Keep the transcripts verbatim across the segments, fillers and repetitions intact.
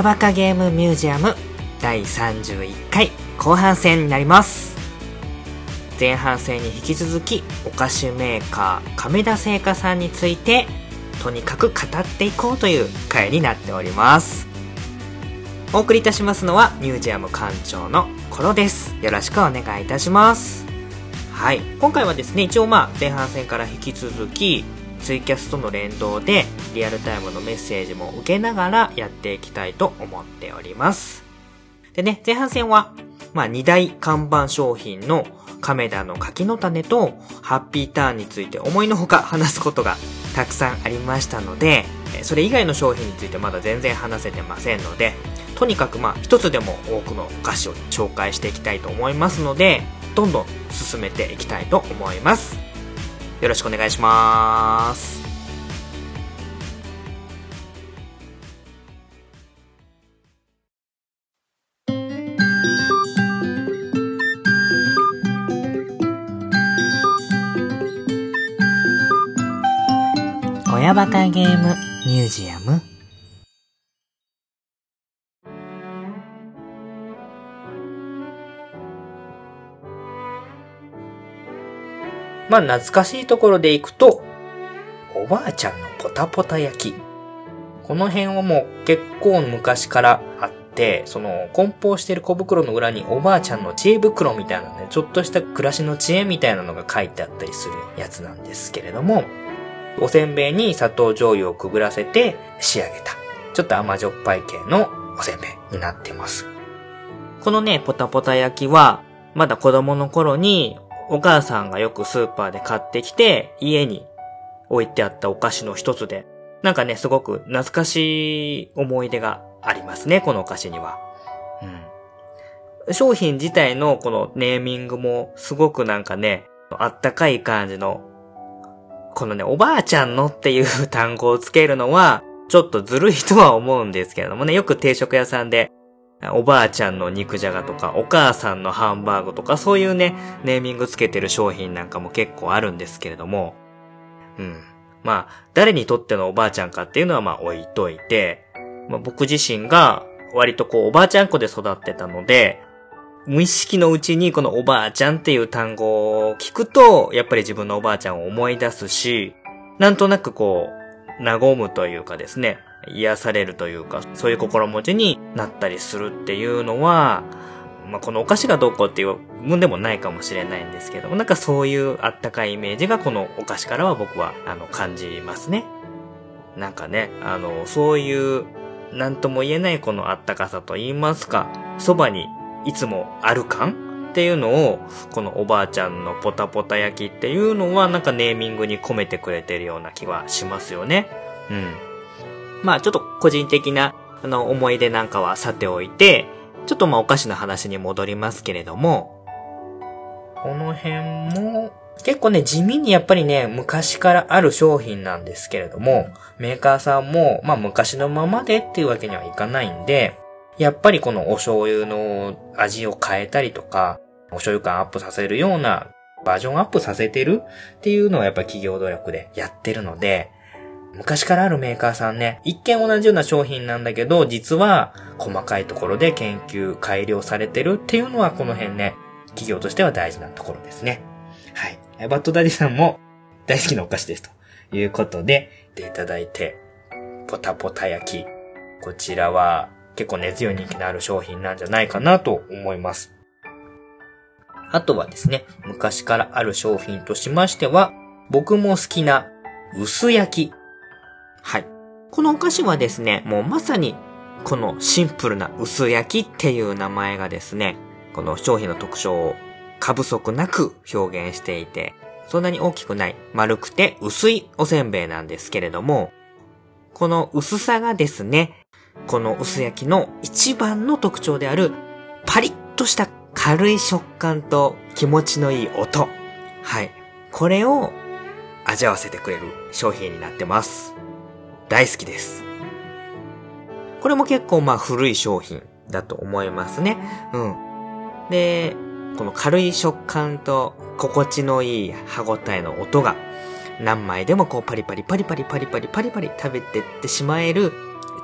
バカゲームミュージアムだいさんじゅういっかい後半戦になります。前半戦に引き続きお菓子メーカー亀田製菓さんについてとにかく語っていこうという回になっております。お送りいたしますのはミュージアム館長のコロです。よろしくお願いいたします。はい、今回はですね、一応まあ前半戦から引き続きツイキャスとの連動でリアルタイムのメッセージも受けながらやっていきたいと思っております。でね、前半戦はまあに大看板商品の亀田の柿の種とハッピーターンについて思いのほか話すことがたくさんありましたので、それ以外の商品についてまだ全然話せてませんので、とにかくまあ一つでも多くのお菓子を紹介していきたいと思いますので、どんどん進めていきたいと思います。よろしくお願いします。親バカゲームミュージアム。まあ懐かしいところでいくと、おばあちゃんのポタポタ焼き。この辺はもう結構昔からあって、その梱包してる小袋の裏におばあちゃんの知恵袋みたいなね、ちょっとした暮らしの知恵みたいなのが書いてあったりするやつなんですけれども、おせんべいに砂糖醤油をくぐらせて仕上げた、ちょっと甘じょっぱい系のおせんべいになってます。このね、ポタポタ焼きは、まだ子供の頃に、お母さんがよくスーパーで買ってきて家に置いてあったお菓子の一つで、なんかねすごく懐かしい思い出がありますね、このお菓子には。うん。商品自体のこのネーミングもすごくなんかね、あったかい感じの、このねおばあちゃんのっていう単語をつけるのはちょっとずるいとは思うんですけれどもね、よく定食屋さんでおばあちゃんの肉じゃがとかお母さんのハンバーグとかそういうねネーミングつけてる商品なんかも結構あるんですけれども、うんまあ誰にとってのおばあちゃんかっていうのはまあ置いといて、まあ、僕自身が割とこうおばあちゃん子で育ってたので、無意識のうちにこのおばあちゃんっていう単語を聞くとやっぱり自分のおばあちゃんを思い出すし、なんとなくこう和むというかですね、癒されるというか、そういう心持ちになったりするっていうのは、まあ、このお菓子がどうこうっていう分でもないかもしれないんですけども、なんかそういうあったかいイメージがこのお菓子からは僕はあの感じますね。なんかね、あのそういうなんとも言えないこのあったかさと言いますか、そばにいつもある感っていうのをこのおばあちゃんのポタポタ焼きっていうのはなんかネーミングに込めてくれてるような気はしますよね。うん。まあちょっと個人的なあの思い出なんかはさておいて、ちょっとまあお菓子の話に戻りますけれども、この辺も結構ね地味にやっぱりね昔からある商品なんですけれども、メーカーさんもまあ昔のままでっていうわけにはいかないんで、やっぱりこのお醤油の味を変えたりとか、お醤油感アップさせるようなバージョンアップさせてるっていうのはやっぱり企業努力でやってるので、昔からあるメーカーさんね、一見同じような商品なんだけど、実は細かいところで研究、改良されてるっていうのはこの辺ね、企業としては大事なところですね。はい。バッドダディさんも大好きなお菓子ですということで、でいただいて、ポタポタ焼き。こちらは結構根強い人気のある商品なんじゃないかなと思います。あとはですね、昔からある商品としましては、僕も好きな薄焼き。はい。このお菓子はですね、もうまさにこのシンプルな薄焼きっていう名前がですね、この商品の特徴を過不足なく表現していて、そんなに大きくない丸くて薄いおせんべいなんですけれども、この薄さがですね、この薄焼きの一番の特徴であるパリッとした軽い食感と気持ちのいい音。はい。これを味わわせてくれる商品になってます。大好きです。これも結構まあ古い商品だと思いますね。うん。で、この軽い食感と心地のいい歯ごたえの音が何枚でもこうパリパリパリパリパリパリパリパリ食べてってしまえる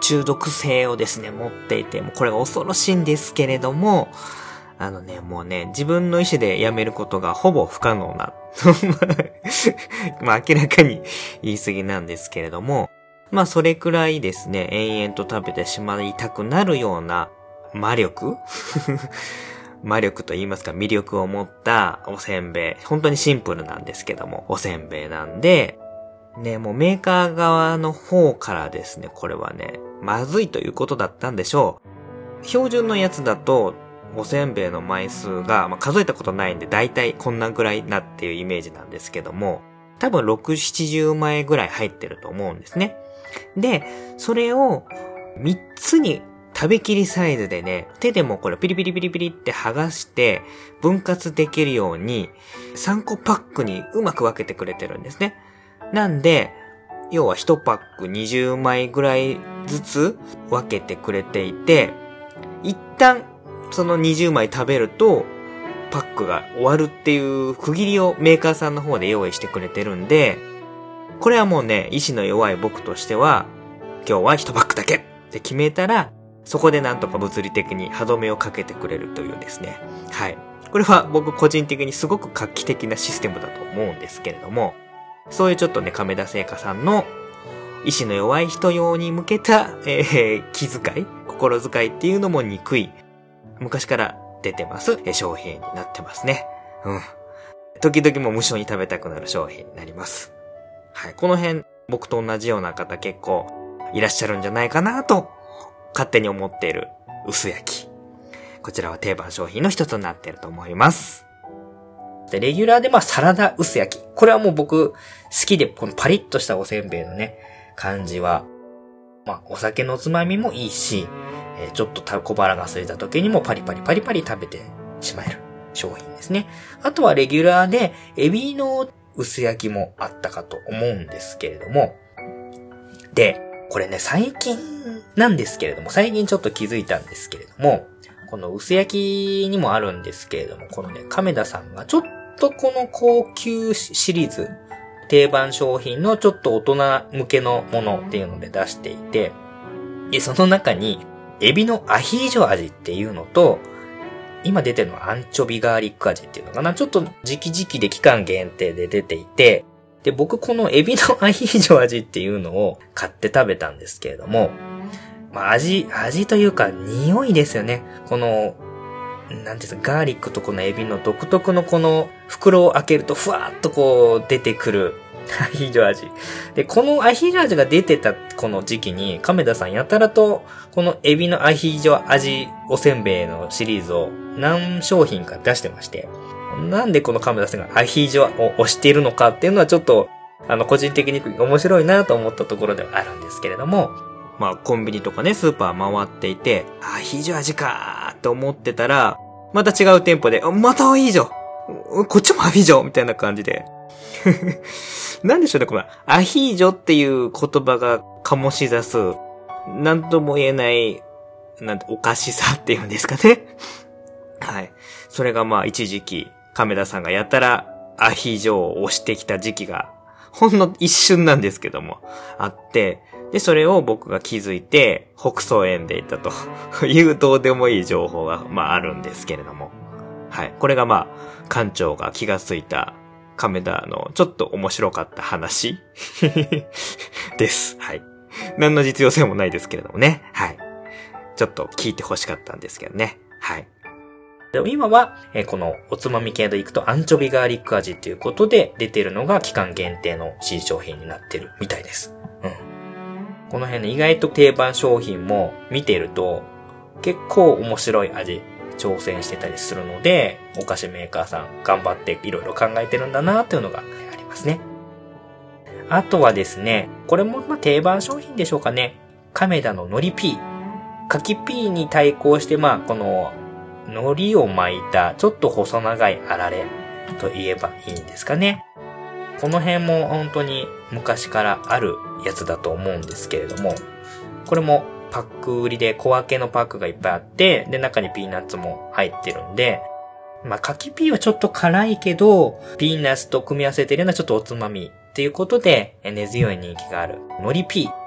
中毒性をですね、持っていて、もうこれが恐ろしいんですけれども、あのね、もうね、自分の意思でやめることがほぼ不可能な。まあ明らかに言い過ぎなんですけれども、まあそれくらいですね、延々と食べてしまいたくなるような魔力魔力と言いますか魅力を持ったおせんべい。本当にシンプルなんですけども、おせんべいなんで、ね、もうメーカー側の方からですね、これはね、まずいということだったんでしょう。標準のやつだと、おせんべいの枚数が、まあ、数えたことないんで、だいたいこんなぐらいなっていうイメージなんですけども、多分ろく、ななじゅうまいぐらい入ってると思うんですね。で、それをみっつに食べきりサイズでね、手でもこれピリピリピリピリって剥がして分割できるようにさんこパックにうまく分けてくれてるんですね。なんで、要はいちパックにじゅうまいぐらいずつ分けてくれていて、一旦そのにじゅうまい食べるとパックが終わるっていう区切りをメーカーさんの方で用意してくれてるんで、これはもうね、意志の弱い僕としては、今日はいちパックだけって決めたら、そこでなんとか物理的に歯止めをかけてくれるというですね。はい。これは僕個人的にすごく画期的なシステムだと思うんですけれども、そういうちょっとね、亀田製菓さんの意志の弱い人用に向けた、えー、気遣い、心遣いっていうのも憎い、昔から出てます、えー、商品になってますね。うん。時々も無性に食べたくなる商品になります。はい。この辺、僕と同じような方結構いらっしゃるんじゃないかなと、勝手に思っている薄焼き。こちらは定番商品の一つになっていると思います。で、レギュラーでまあサラダ薄焼き。これはもう僕好きで、このパリッとしたおせんべいのね、感じは、まあお酒のつまみもいいし、えー、ちょっと小腹が空いた時にもパリパリパリパリ食べてしまえる商品ですね。あとはレギュラーでエビの薄焼きもあったかと思うんですけれども、で、これね、最近なんですけれども、最近ちょっと気づいたんですけれども、この薄焼きにもあるんですけれども、このね、亀田さんがちょっとこの高級シリーズ、定番商品のちょっと大人向けのものっていうので出していて、で、その中に、エビのアヒージョ味っていうのと、今出てるのはアンチョビガーリック味っていうのかな、ちょっと時期時期で期間限定で出ていて、で、僕このエビのアヒージョ味っていうのを買って食べたんですけれども、まあ味、味というか匂いですよね。この、なんていうんですか、ガーリックとこのエビの独特のこの袋を開けるとふわーっとこう出てくるアヒージョ味。で、このアヒージョ味が出てたこの時期に亀田さんやたらとこのエビのアヒージョ味おせんべいのシリーズを何商品か出してまして、なんでこの亀田さんがアヒージョを推しているのかっていうのはちょっと、あの、個人的に面白いなと思ったところではあるんですけれども、まあ、コンビニとかね、スーパー回っていて、アヒージョ味かーって思ってたら、また違う店舗で、またアヒージョこっちもアヒージョみたいな感じで。なんでしょうね、このアヒージョっていう言葉が醸し出す、なんとも言えない、なんて、おかしさっていうんですかね。はい。それがまあ、一時期、亀田さんがやたらアヒージョを推してきた時期が、ほんの一瞬なんですけども、あって、で、それを僕が気づいて、北総園でいたというどうでもいい情報が、まああるんですけれども。はい。これがまあ、館長が気がついた亀田のちょっと面白かった話です。はい。何の実用性もないですけれどもね。はい。ちょっと聞いて欲しかったんですけどね。はい。でも今は、えー、このおつまみ系でいくとアンチョビガーリック味っていうことで出てるのが期間限定の新商品になってるみたいです。うん。この辺ね、意外と定番商品も見てると結構面白い味挑戦してたりするので、お菓子メーカーさん頑張っていろいろ考えてるんだなっていうのがありますね。あとはですね、これもまあ定番商品でしょうかね。亀田の海苔ピー。柿ピーに対抗してまあこの海苔を巻いたちょっと細長いあられと言えばいいんですかね。この辺も本当に昔からあるやつだと思うんですけれども、これもパック売りで小分けのパックがいっぱいあって、で中にピーナッツも入ってるんで、まあ柿ピーはちょっと辛いけど、ピーナッツと組み合わせてるようなちょっとおつまみっていうことで根強い人気がある海苔ピー。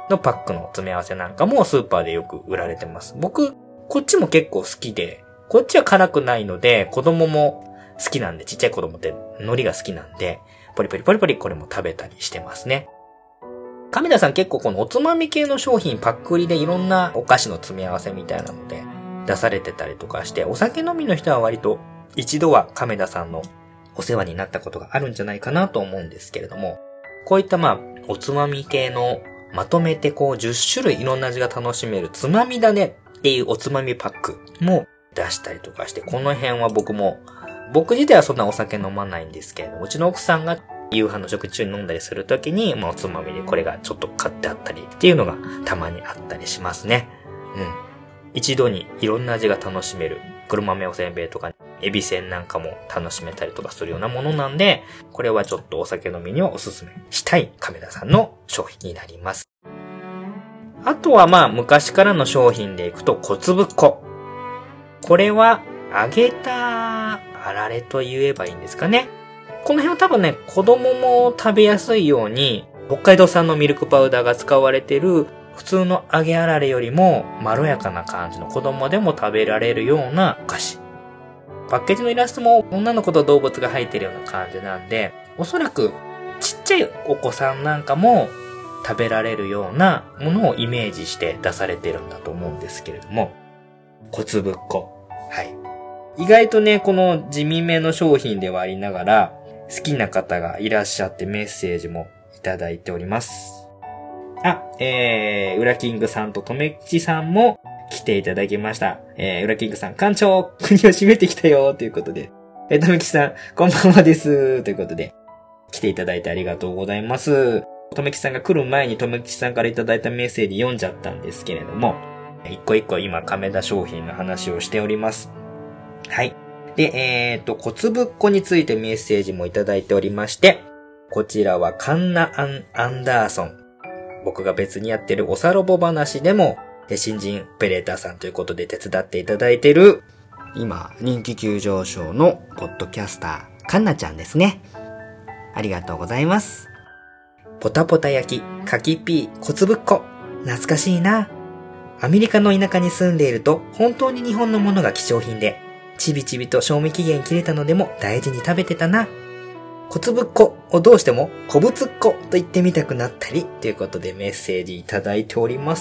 のパックの詰め合わせなんかもスーパーでよく売られてます。僕、こっちも結構好きで、こっちは辛くないので、子供も好きなんで、ちっちゃい子供って海苔が好きなんで、ポリポリポリポリこれも食べたりしてますね。亀田さん結構このおつまみ系の商品パック売りでいろんなお菓子の詰め合わせみたいなので出されてたりとかして、お酒飲みの人は割と一度は亀田さんのお世話になったことがあるんじゃないかなと思うんですけれども、こういったまあおつまみ系のまとめてこうじゅっしゅるいいろんな味が楽しめるつまみだねっていうおつまみパックも出したりとかして、この辺は僕も僕自体はそんなお酒飲まないんですけれども、うちの奥さんが夕飯の食中に飲んだりするときに、まあおつまみでこれがちょっと買ってあったりっていうのがたまにあったりしますね。うん。一度にいろんな味が楽しめる黒豆おせんべいとかエビせんなんかも楽しめたりとかするようなものなんで、これはちょっとお酒飲みにはおすすめしたい亀田さんの商品になります。あとはまあ昔からの商品でいくと小粒粉。これは揚げたあられと言えばいいんですかね。この辺は多分ね、子供も食べやすいように、北海道産のミルクパウダーが使われている普通の揚げあられよりもまろやかな感じの子供でも食べられるようなお菓子。パッケージのイラストも女の子と動物が入ってるような感じなんで、おそらくちっちゃいお子さんなんかも食べられるようなものをイメージして出されてるんだと思うんですけれども、小粒っこ。はい。意外とね、この地味めの商品ではありながら、好きな方がいらっしゃってメッセージもいただいております。あ、えー、ウラキングさんととめきちさんも来ていただきました。えー、ウラキングさん、館長、国を閉めてきたよということで。えー、とめきちさん、こんばんはです。ということで、来ていただいてありがとうございます。とめきちさんが来る前にとめきちさんからいただいたメッセージ読んじゃったんですけれども、一個一個今亀田商品の話をしております。はい。で、えっと、小粒っこについてメッセージもいただいておりまして、こちらはカンナ・アン・アンダーソン。僕が別にやってるおさろぼ話でも、新人オペレーターさんということで手伝っていただいている、今、人気急上昇のポッドキャスター、カンナちゃんですね。ありがとうございます。ポタポタ焼き、柿ピー、小粒っこ。懐かしいな。アメリカの田舎に住んでいると、本当に日本のものが希少品で、ちびちびと賞味期限切れたのでも大事に食べてたな。小粒っこをどうしても小物っこと言ってみたくなったりということでメッセージいただいております。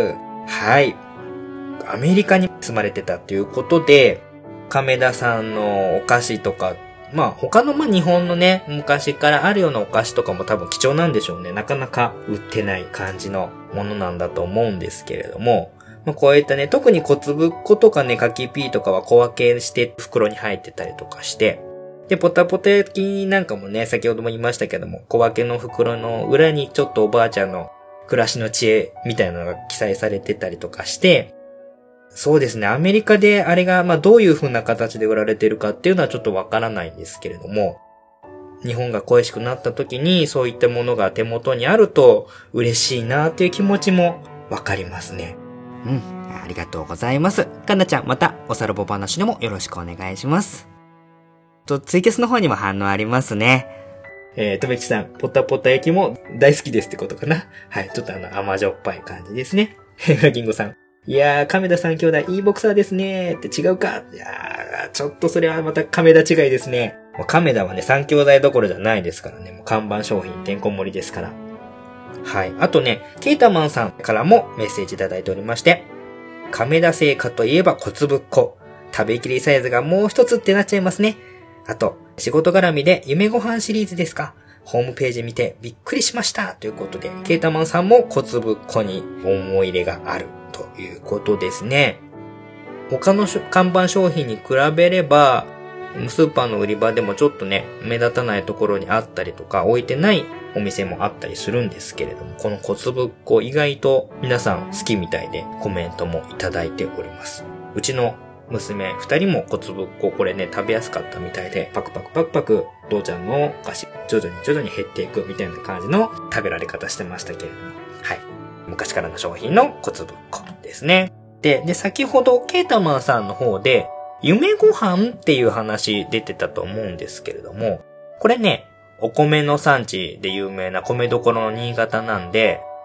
はい。アメリカに住まれてたということで、亀田さんのお菓子とか、まあ他のまあ日本のね、昔からあるようなお菓子とかも多分貴重なんでしょうね。なかなか売ってない感じのものなんだと思うんですけれども、まあ、こういったね、特に小粒っことかね、柿ピーとかは小分けして袋に入ってたりとかして、で、ポタポタ焼きなんかもね、先ほども言いましたけども、小分けの袋の裏にちょっとおばあちゃんの暮らしの知恵みたいなのが記載されてたりとかして、そうですね、アメリカであれがまあどういう風な形で売られてるかっていうのはちょっとわからないんですけれども、日本が恋しくなった時にそういったものが手元にあると嬉しいなっていう気持ちもわかりますね。うん、ありがとうございます。かんなちゃん、またおさらぼ話でもよろしくお願いします。と、ツイキャスの方にも反応ありますね。えー、とめきさん、ポタポタ焼きも大好きですってことかな。はい、ちょっとあの甘じょっぱい感じですね。ヘラキンゴさん、いやー、亀田さん兄弟いいボクサーですねって違うか。いやー、ちょっとそれはまた亀田違いですね。もう亀田はね、三兄弟どころじゃないですからね。もう看板商品てんこ盛りですから。はい。あとね、ケータマンさんからもメッセージいただいておりまして、亀田製菓といえば小粒っこ。食べきりサイズがもう一つってなっちゃいますね。あと、仕事絡みで夢ご飯シリーズですか。ホームページ見てびっくりしました。ということで、ケータマンさんも小粒っこに思い入れがあるということですね。他の看板商品に比べれば、スーパーの売り場でもちょっとね、目立たないところにあったりとか、置いてないお店もあったりするんですけれども、この小粒っこ意外と皆さん好きみたいでコメントもいただいております。うちの娘二人も小粒っここれね食べやすかったみたいで、パクパクパクパク父ちゃんのお菓子徐々に徐々に減っていくみたいな感じの食べられ方してましたけれども、はい。昔からの商品の小粒っこですね。で、で、先ほどケータマンさんの方で夢ご飯っていう話出てたと思うんですけれども、これね、お米の産地で有名な米どころの新潟なんで、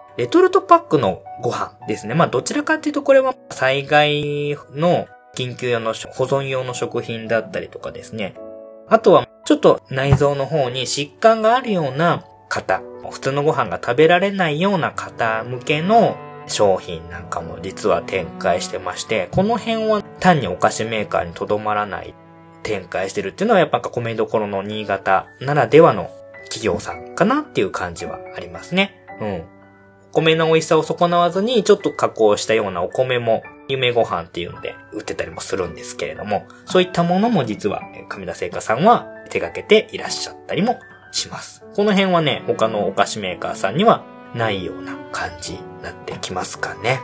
レトルトパックのご飯ですね。まあどちらかっていうとこれは災害の緊急用の保存用の食品だったりとかですね。あとはちょっと内臓の方に疾患があるような方、普通のご飯が食べられないような方向けの商品なんかも実は展開してまして、この辺は単にお菓子メーカーにとどまらない展開してるっていうのはやっぱ米どころの新潟ならではの企業さんかなっていう感じはありますね。うん。お米の美味しさを損なわずにちょっと加工したようなお米も夢ご飯っていうので売ってたりもするんですけれども、そういったものも実は亀田製菓さんは手掛けていらっしゃったりもします。この辺はね、他のお菓子メーカーさんにはないような感じになってきますかね。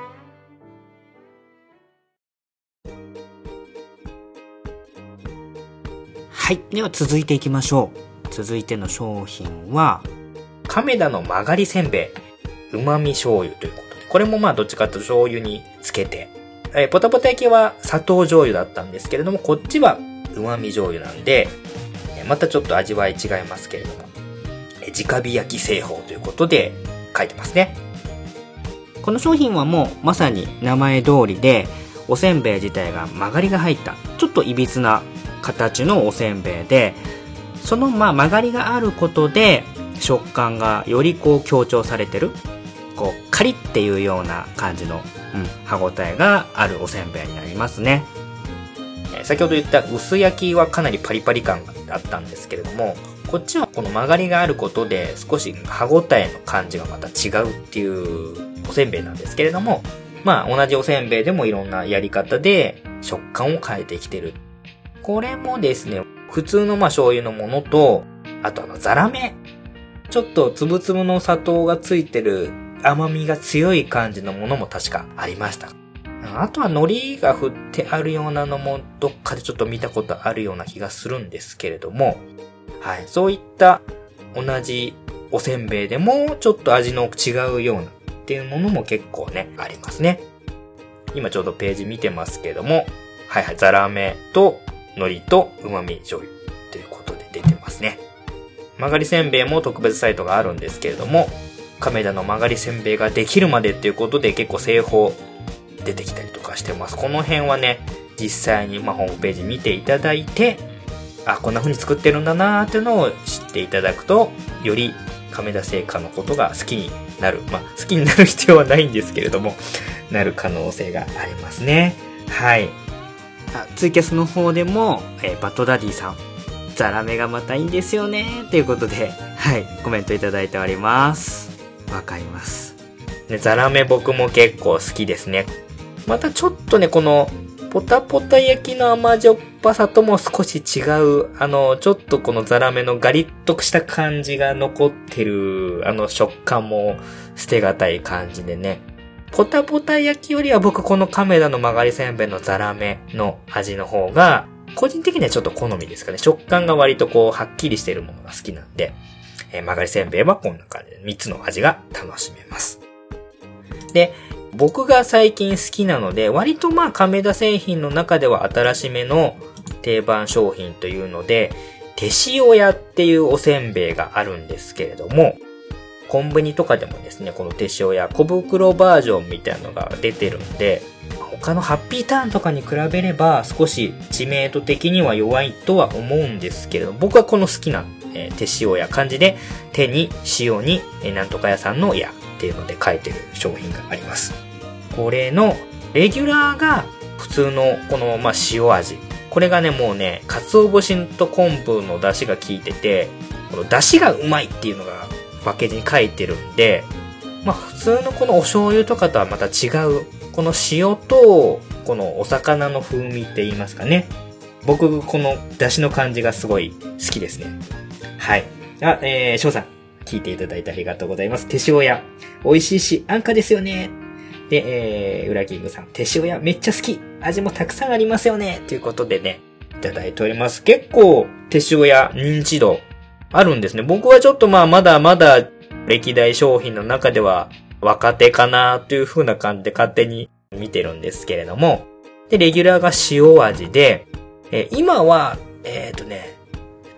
はい。では続いていきましょう。続いての商品は、 亀田の曲がりせんべい、うまみ醤油ということで、これもまあどっちかというと醤油につけて、えー、ポタポタ焼きは砂糖醤油だったんですけれども、こっちはうまみ醤油なんで、またちょっと味わい違いますけれども、えー、直火焼き製法ということで書いてますね。 この商品はもうまさに名前通りで、おせんべい自体が曲がりが入った、ちょっといびつな形のおせんべいで、そのまあ曲がりがあることで食感がよりこう強調されてる、こうカリッっていうような感じの、うん、歯ごたえがあるおせんべいになりますね。 えー、先ほど言った薄焼きはかなりパリパリ感があったんですけれども、こっちはこの曲がりがあることで少し歯ごたえの感じがまた違うっていうおせんべいなんですけれども、まあ同じおせんべいでもいろんなやり方で食感を変えてきてる。これもですね、普通のまあ醤油のものと、あとあのザラメ。ちょっとつぶつぶの砂糖がついてる甘みが強い感じのものも確かありました。あとは海苔が振ってあるようなのもどっかでちょっと見たことあるような気がするんですけれども、はい、そういった同じおせんべいでもちょっと味の違うようなっていうものも結構ね、ありますね。今ちょうどページ見てますけれども、はいはい、ザラメと海苔とうまみ醤油ということで出てますね。曲がりせんべいも特別サイトがあるんですけれども、亀田の曲がりせんべいができるまでっていうことで結構製法出てきたりとかしてます。この辺はね、実際にまあホームページ見ていただいて、あ、こんな風に作ってるんだなーっていうのを知っていただくと、より亀田製菓のことが好きになる。まあ好きになる必要はないんですけれども、なる可能性がありますね。はい。 ツイキャスの方でも、えー、バトダディさん、ザラメがまたいいんですよねということで、はい、コメントいただいております。わかります。 ね、ザラメ僕も結構好きですね。またちょっとね、このポタポタ焼きの甘じょっぱさとも少し違う、あの、ちょっとこのザラメのガリッとした感じが残ってる、あの食感も捨てがたい感じでね。ポタポタ焼きよりは僕この亀田の曲がりせんべいのザラメの味の方が個人的にはちょっと好みですかね。食感が割とこうはっきりしているものが好きなんで、えー、曲がりせんべいはこんな感じでみっつの味が楽しめます。で、僕が最近好きなので割とまあ亀田製品の中では新しめの定番商品というので、手塩屋っていうおせんべいがあるんですけれども、コンビニとかでもですね、この手塩や小袋バージョンみたいなのが出てるんで、他のハッピーターンとかに比べれば少し知名度的には弱いとは思うんですけれども、僕はこの好きな、えー、手塩や漢字で手に塩に、えー、なんとか屋さんの屋っていうので書いてる商品があります。これのレギュラーが普通のこの、まあ、塩味。これがね、もうね、鰹節と昆布の出汁が効いてて、この出汁がうまいっていうのがパッケージに書いてるんで、まあ普通のこのお醤油とかとはまた違う、この塩とこのお魚の風味って言いますかね。僕この出汁の感じがすごい好きですね。はい。あ、えー、翔さん、聞いていただいてありがとうございます。手塩屋、美味しいし安価ですよね。で、えー、ウラキングさん、手塩屋めっちゃ好き。味もたくさんありますよね。ということでね、いただいております。結構手塩屋認知度あるんですね。僕はちょっとまあまだまだ歴代商品の中では若手かなという風な感じで勝手に見てるんですけれども。で、レギュラーが塩味で、えー、今は、えっとね、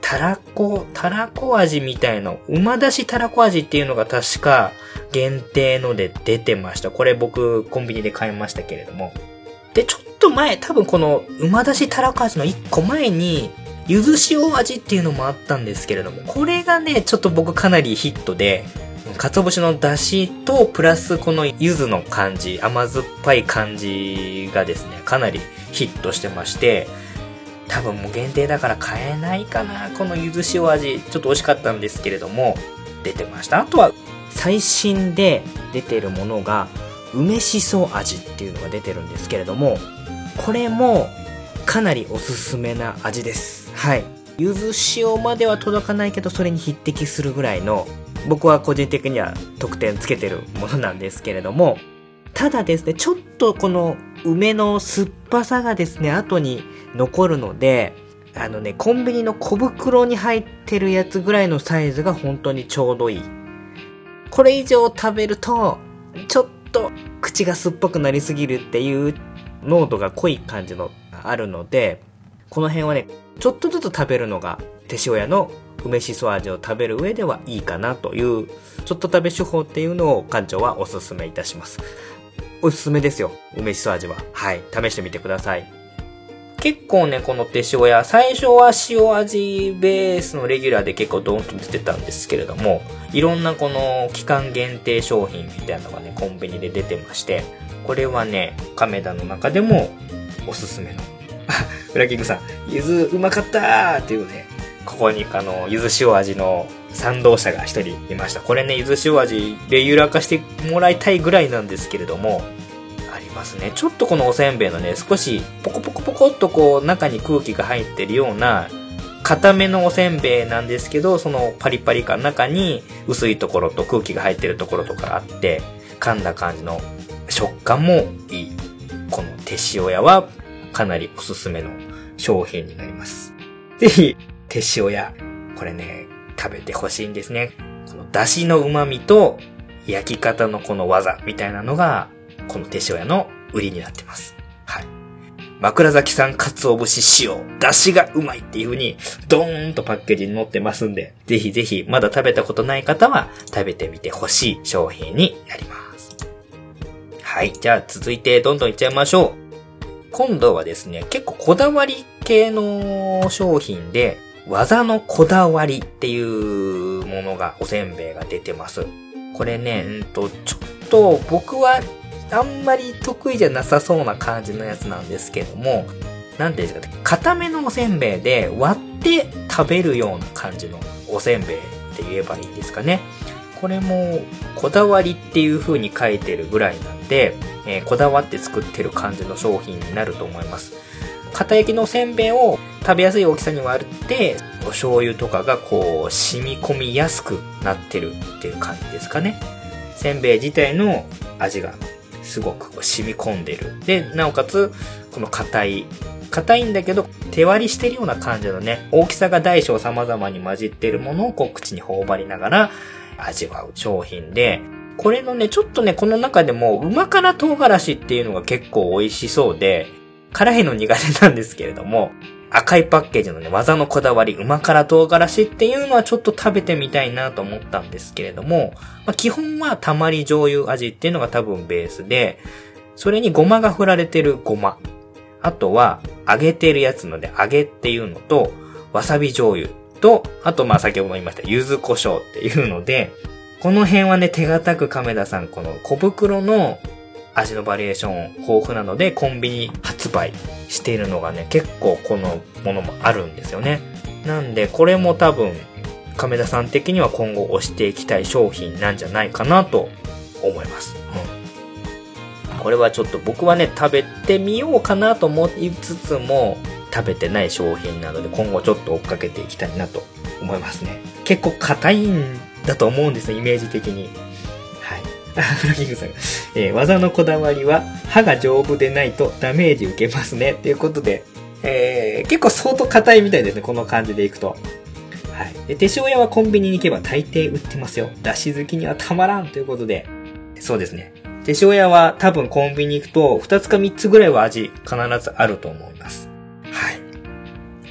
たらこ、たらこ味みたいな、馬出したらこ味っていうのが確か限定ので出てました。これ僕コンビニで買いましたけれども。で、ちょっと前、多分この馬出したらこ味の一個前に、ゆず塩味っていうのもあったんですけれども、これがね、ちょっと僕かなりヒットで、鰹節の出汁とプラスこの柚子の感じ、甘酸っぱい感じがですね、かなりヒットしてまして、多分もう限定だから買えないかな、この柚子塩味。ちょっと美味しかったんですけれども、出てました。あとは、 最新で出てるものが、梅しそ味っていうのが出てるんですけれども、これもかなりおすすめな味です。はい。柚子塩までは届かないけど、それに匹敵するぐらいの、僕は個人的には得点つけてるものなんですけれども、ただですね、ちょっとこの梅の酸っぱさがですね、後に残るので、あのね、コンビニの小袋に入ってるやつぐらいのサイズが本当にちょうどいい。これ以上食べると、ちょっと口が酸っぱくなりすぎるっていう濃度が濃い感じのあるので、この辺はね、ちょっとずつ食べるのが手塩屋の梅しそ味を食べる上ではいいかなという、ちょっと食べ手法っていうのを館長はおすすめいたします。おすすめですよ、梅しそ味は。はい、試してみてください。 結構ね、この手塩屋、最初は塩味ベースのレギュラーで結構ドーンと出てたんですけれども、いろんなこの期間限定商品みたいなのがね、コンビニで出てまして、これはね、亀田の中でもおすすめの。あ、ウラキングさん、ゆずうまかったーっていうね、ここにあの、ゆず塩味の賛同者が一人いました。これね、ゆず塩味レギュラー化してもらいたいぐらいなんですけれども、ありますね。ちょっとこのおせんべいのね、少しポコポコポコっとこう中に空気が入ってるような固めのおせんべいなんですけど、そのパリパリ感の中に薄いところと空気が入ってるところとかあって、噛んだ感じの食感もいい。この手塩屋はかなりおすすめの商品になります。ぜひ、手塩屋、これね、食べてほしいんですね。この出汁の旨味と焼き方のこの技みたいなのが、この手塩屋の売りになってます。はい。枕崎産鰹節塩、出汁がうまいっていう風に、ドーンとパッケージに載ってますんで、ぜひぜひ、まだ食べたことない方は、食べてみてほしい商品になります。はい。じゃあ、続いて、どんどんいっちゃいましょう。今度はですね、結構こだわり系の商品で、技のこだわりっていうものが、おせんべいが出てます。これね、うんと、ちょっと僕はあんまり得意じゃなさそうな感じのやつなんですけども、なんていうんですかね、固めのおせんべいで割って食べるような感じのおせんべいって言えばいいんですかね。これもこだわりっていう風に書いてるぐらいなんで、えー、こだわって作ってる感じの商品になると思います。片焼きのおせんべいを食べやすい大きさに割って、お醤油とかがこう染み込みやすくなってるっていう感じですかね。せんべい自体の味がすごく染み込んでる。で、なおかつこの硬い硬いんだけど手割りしてるような感じのね、大きさが大小様々に混じってるものをこう口に頬張りながら味わう商品で、これのね、ちょっとね、この中でも旨辛唐辛子っていうのが結構美味しそうで、辛いの苦手なんですけれども、赤いパッケージのね、技のこだわり、旨辛唐辛子っていうのはちょっと食べてみたいなと思ったんですけれども、まあ、基本はたまり醤油味っていうのが多分ベースで、それにごまが振られてるごま。あとは揚げてるやつので揚げっていうのと、わさび醤油と、あとまあ先ほども言いました柚子胡椒っていうので、この辺はね、手堅く亀田さん、この小袋の味のバリエーション豊富なので、コンビニ発売しているのがね、結構このものもあるんですよね。なんで、これも多分、亀田さん的には今後推していきたい商品なんじゃないかなと思います。うん、これはちょっと僕はね、食べてみようかなと思いつつも、食べてない商品なので、今後ちょっと追っかけていきたいなと思いますね。結構硬いんだと思うんですね、イメージ的に。はい。フラキングさんが、えー、技のこだわりは歯が丈夫でないとダメージ受けますねっていうことで、えー、結構相当硬いみたいですね、この感じでいくと。はい。で、手塩屋はコンビニに行けば大抵売ってますよ。だし好きにはたまらんということで、そうですね。手塩屋は多分コンビニ行くとふたつかみっつぐらいは味必ずあると思います。はい。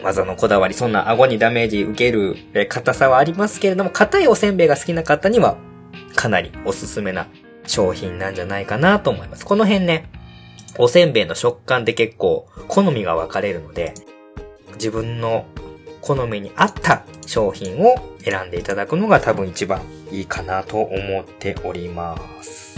技のこだわり、そんな顎にダメージ受ける硬さはありますけれども、硬いおせんべいが好きな方にはかなりおすすめな商品なんじゃないかなと思います。この辺ね、おせんべいの食感って結構好みが分かれるので、自分の好みに合った商品を選んでいただくのが多分一番いいかなと思っております。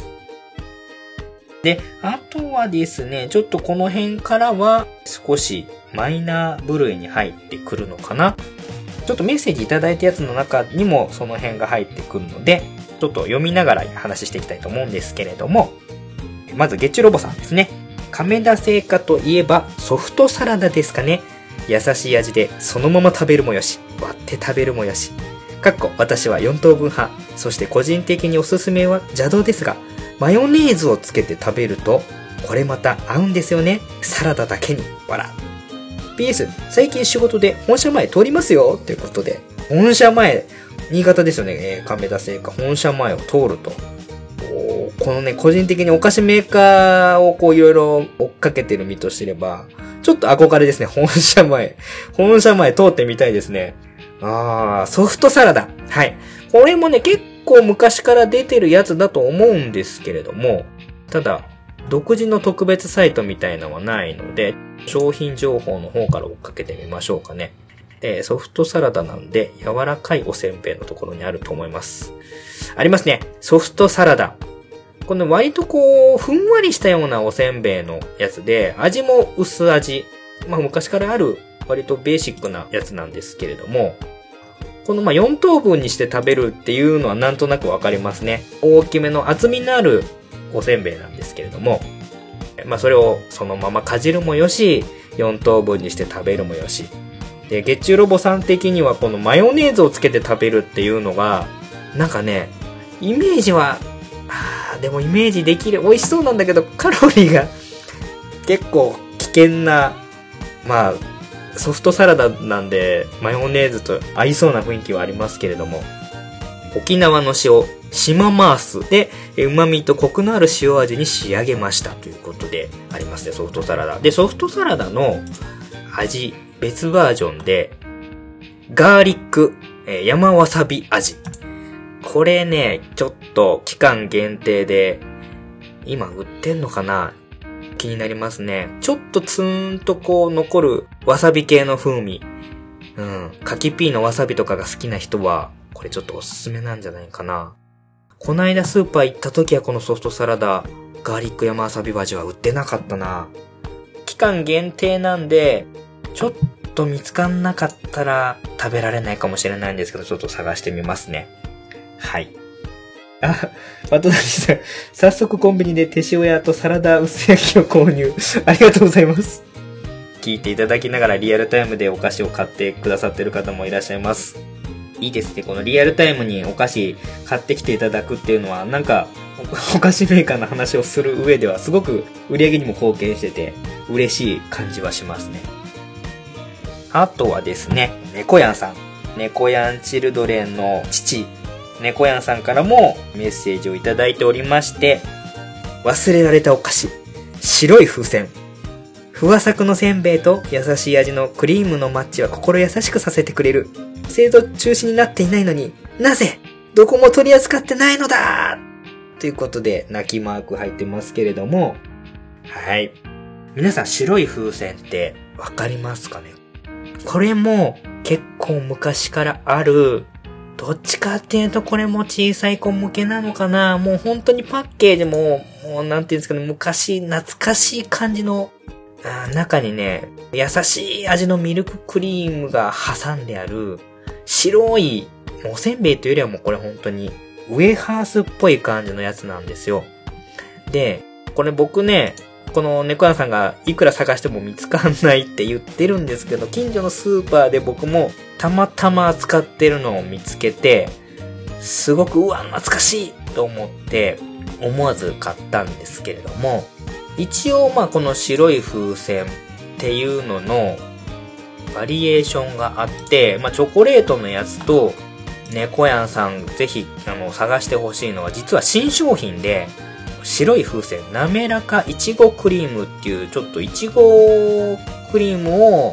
で、あとはですね、ちょっとこの辺からは少しマイナー部類に入ってくるのかな。ちょっとメッセージいただいたやつの中にもその辺が入ってくるので、ちょっと読みながら話していきたいと思うんですけれども、まずゲッチュロボさんですね。亀田製菓といえばソフトサラダですかね。優しい味でそのまま食べるもよし、割って食べるもよし。かっこ私はよん等分派。そして個人的におすすめは邪道ですが、マヨネーズをつけて食べると、これまた合うんですよね。サラダだけに。笑。ピーエス、最近仕事で本社前通りますよ。ということで、本社前、新潟ですよね。えー、亀田製菓本社前を通ると。このね、個人的にお菓子メーカーをこういろいろ追っかけてる身としてれば、ちょっと憧れですね。本社前。本社前通ってみたいですね。あー、ソフトサラダ。はい。これもね、結構昔から出てるやつだと思うんですけれども、ただ、独自の特別サイトみたいなのはないので、商品情報の方から追っかけてみましょうかね。えー、ソフトサラダなんで、柔らかいおせんべいのところにあると思います。ありますね。ソフトサラダ。この割とこう、ふんわりしたようなおせんべいのやつで、味も薄味。まあ昔からある割とベーシックなやつなんですけれども、このまあよん等分にして食べるっていうのはなんとなくわかりますね。大きめの厚みのあるおせんべいなんですけれども、まあそれをそのままかじるもよし、よん等分にして食べるもよし。で、月中ロボさん的にはこのマヨネーズをつけて食べるっていうのが、なんかね、イメージは、あーでもイメージできる、美味しそうなんだけど、カロリーが結構危険な、まあ、ソフトサラダなんで、マヨネーズと合いそうな雰囲気はありますけれども、沖縄の塩、島マースで、旨味とコクのある塩味に仕上げましたということでありますね、ソフトサラダ。で、ソフトサラダの味、別バージョンで、ガーリック、えー、山わさび味。これね、ちょっと期間限定で、今売ってんのかな？気になりますね。ちょっとツーンとこう残るわさび系の風味。うん。柿ピーのわさびとかが好きな人は、これちょっとおすすめなんじゃないかな。こないだスーパー行った時はこのソフトサラダ、ガーリック山わさび味は売ってなかったな。期間限定なんで、ちょっと見つかんなかったら食べられないかもしれないんですけど、ちょっと探してみますね。はい。あ、パトナリさん、早速コンビニで手塩屋とサラダ薄焼きを購入。ありがとうございます。聞いていただきながらリアルタイムでお菓子を買ってくださってる方もいらっしゃいます。いいですね。このリアルタイムにお菓子買ってきていただくっていうのは、なんか、お菓子メーカーの話をする上ではすごく売り上げにも貢献してて、嬉しい感じはしますね。あとはですね、猫やんさん。猫やんチルドレンの父、猫やんさんからもメッセージをいただいておりまして、忘れられたお菓子、白い風船。ふわさくのせんべいと優しい味のクリームのマッチは心優しくさせてくれる。製造中止になっていないのに、なぜどこも取り扱ってないのだということで、泣きマーク入ってますけれども、はい。皆さん白い風船ってわかりますかね？これも結構昔からある、どっちかっていうとこれも小さい子向けなのかな。もう本当にパッケージも、もうなんていうんですかね、昔懐かしい感じの、あ中にね、優しい味のミルククリームが挟んである、白い、おせんべいというよりはもうこれ本当にウエハースっぽい感じのやつなんですよ。で、これ僕ね、この猫屋さんがいくら探しても見つかんないって言ってるんですけど、近所のスーパーで僕もたまたま扱ってるのを見つけて、すごくうわ懐かしいと思って思わず買ったんですけれども、一応まあこの白い風船っていうののバリエーションがあって、まあチョコレートのやつと猫やんさんぜひあの探してほしいのは実は新商品で、白い風船滑らかいちごクリームっていうちょっといちごクリームを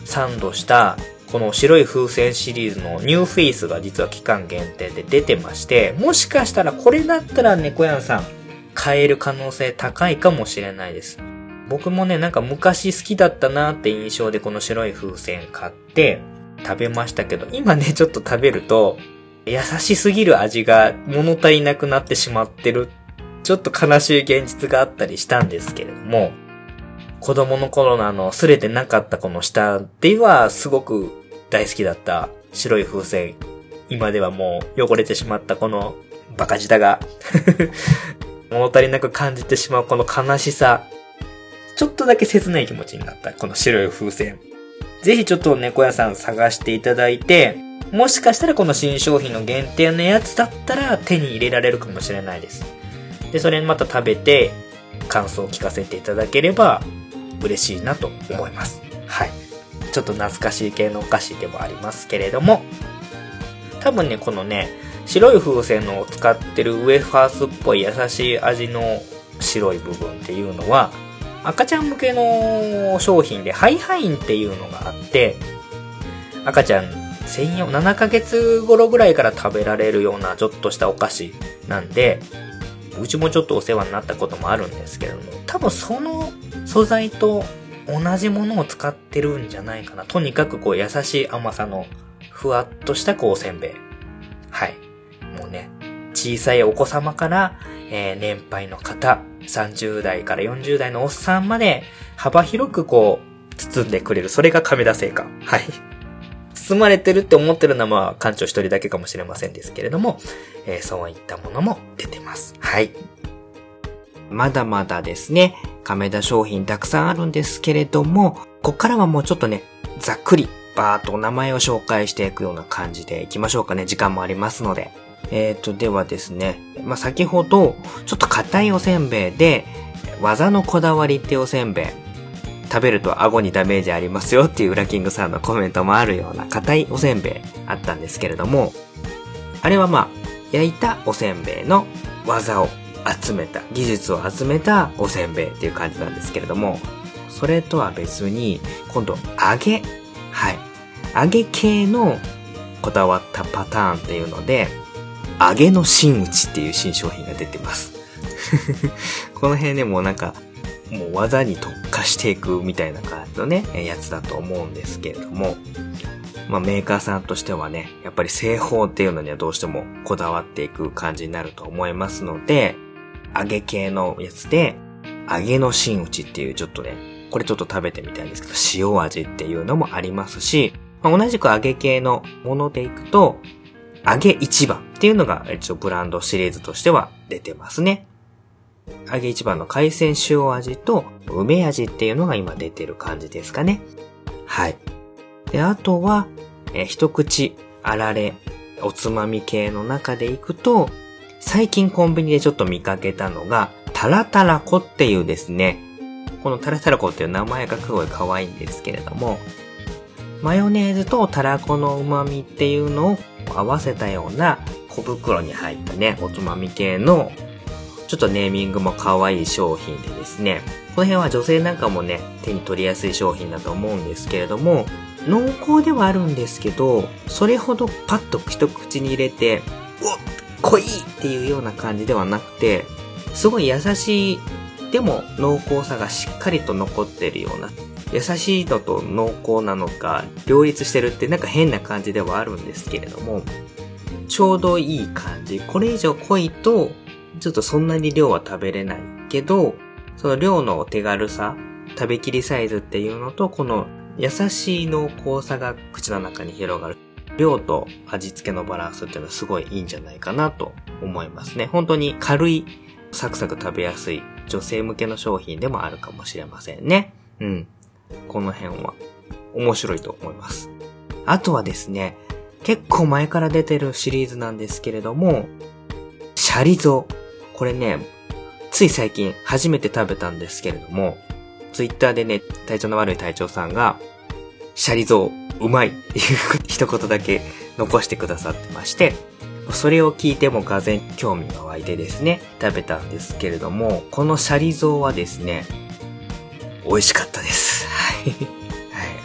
サンドしたこの白い風船シリーズのニューフェイスが実は期間限定で出てまして、もしかしたらこれだったら猫やんさん買える可能性高いかもしれないです。僕もね、なんか昔好きだったなって印象でこの白い風船買って食べましたけど、今ねちょっと食べると優しすぎる味が物足りなくなってしまってる、ちょっと悲しい現実があったりしたんですけれども、子供の頃のあの擦れてなかったこの下ではすごく大好きだった白い風船、今ではもう汚れてしまったこのバカ舌が物足りなく感じてしまうこの悲しさ、ちょっとだけ切ない気持ちになったこの白い風船、ぜひちょっと猫屋さん探していただいて、もしかしたらこの新商品の限定のやつだったら手に入れられるかもしれないです。で、それまた食べて感想を聞かせていただければ嬉しいなと思います。はい。ちょっと懐かしい系のお菓子でもありますけれども、多分ね、このね、白い風船の使ってるウェファースっぽい優しい味の白い部分っていうのは、赤ちゃん向けの商品でハイハインっていうのがあって、赤ちゃん専用、ななかげつ頃ぐらいから食べられるようなちょっとしたお菓子なんで、うちもちょっとお世話になったこともあるんですけれども、多分その素材と同じものを使ってるんじゃないかな。とにかくこう優しい甘さのふわっとしたこうおせんべい。はい。もうね、小さいお子様から、えー、年配の方、さんじゅう代からよんじゅう代のおっさんまで幅広くこう包んでくれる。それが亀田製菓。はい。包まれてるって思ってるのはまあ館長一人だけかもしれませんですけれども、えー、そういったものも出てます。はい。 まだまだですね、亀田商品たくさんあるんですけれども、ここからはもうちょっとね、ざっくりバーっとお名前を紹介していくような感じでいきましょうかね。時間もありますので。えーと、ではですね、まあ、先ほど、ちょっと硬いおせんべいで、技のこだわりっていうおせんべい、食べると顎にダメージありますよっていうウラキングさんのコメントもあるような硬いおせんべいあったんですけれども、あれはまあ、焼いたおせんべいの技を集めた、技術を集めたおせんべいっていう感じなんですけれども、それとは別に、今度揚げ、はい、揚げ系のこだわったパターンっていうので、揚げの真打ちっていう新商品が出てます。この辺でもうなんか、もう技に特化していくみたいな感じのね、やつだと思うんですけれども、まあメーカーさんとしてはね、やっぱり製法っていうのにはどうしてもこだわっていく感じになると思いますので、揚げ系のやつで、揚げの真打ちっていうちょっとね、これちょっと食べてみたいんですけど、塩味っていうのもありますし、まあ、同じく揚げ系のものでいくと、揚げ一番っていうのが一応ブランドシリーズとしては出てますね。揚げ一番の海鮮塩味と梅味っていうのが今出てる感じですかね。はい。で、あとは、え一口あられ、おつまみ系の中でいくと、最近コンビニでちょっと見かけたのが、タラタラコっていうですね、このタラタラコっていう名前がすごい可愛いんですけれども、マヨネーズとタラコの旨味っていうのを合わせたような小袋に入ったね、おつまみ系のちょっとネーミングも可愛い商品でですね、この辺は女性なんかもね、手に取りやすい商品だと思うんですけれども、濃厚ではあるんですけど、それほどパッと一口に入れて、おっ、濃いっていうような感じではなくて、すごい優しい、でも濃厚さがしっかりと残っているような、優しいのと濃厚なのか両立してるってなんか変な感じではあるんですけれども、ちょうどいい感じ。これ以上濃いとちょっとそんなに量は食べれないけど、その量の手軽さ、食べきりサイズっていうのと、この優しい濃厚さが口の中に広がる量と味付けのバランスっていうのはすごいいいんじゃないかなと思いますね。本当に軽い、サクサク食べやすい女性向けの商品でもあるかもしれませんね。うん。この辺は面白いと思います。あとはですね、結構前から出てるシリーズなんですけれども、シャリゾウ。これね、つい最近初めて食べたんですけれども、ツイッターでね、体調の悪い隊長さんが、シャリゾウうまいっていう一言だけ残してくださってまして、それを聞いてもがぜん興味が湧いてですね、食べたんですけれども、このシャリゾウはですね、美味しかったです。はい。はい。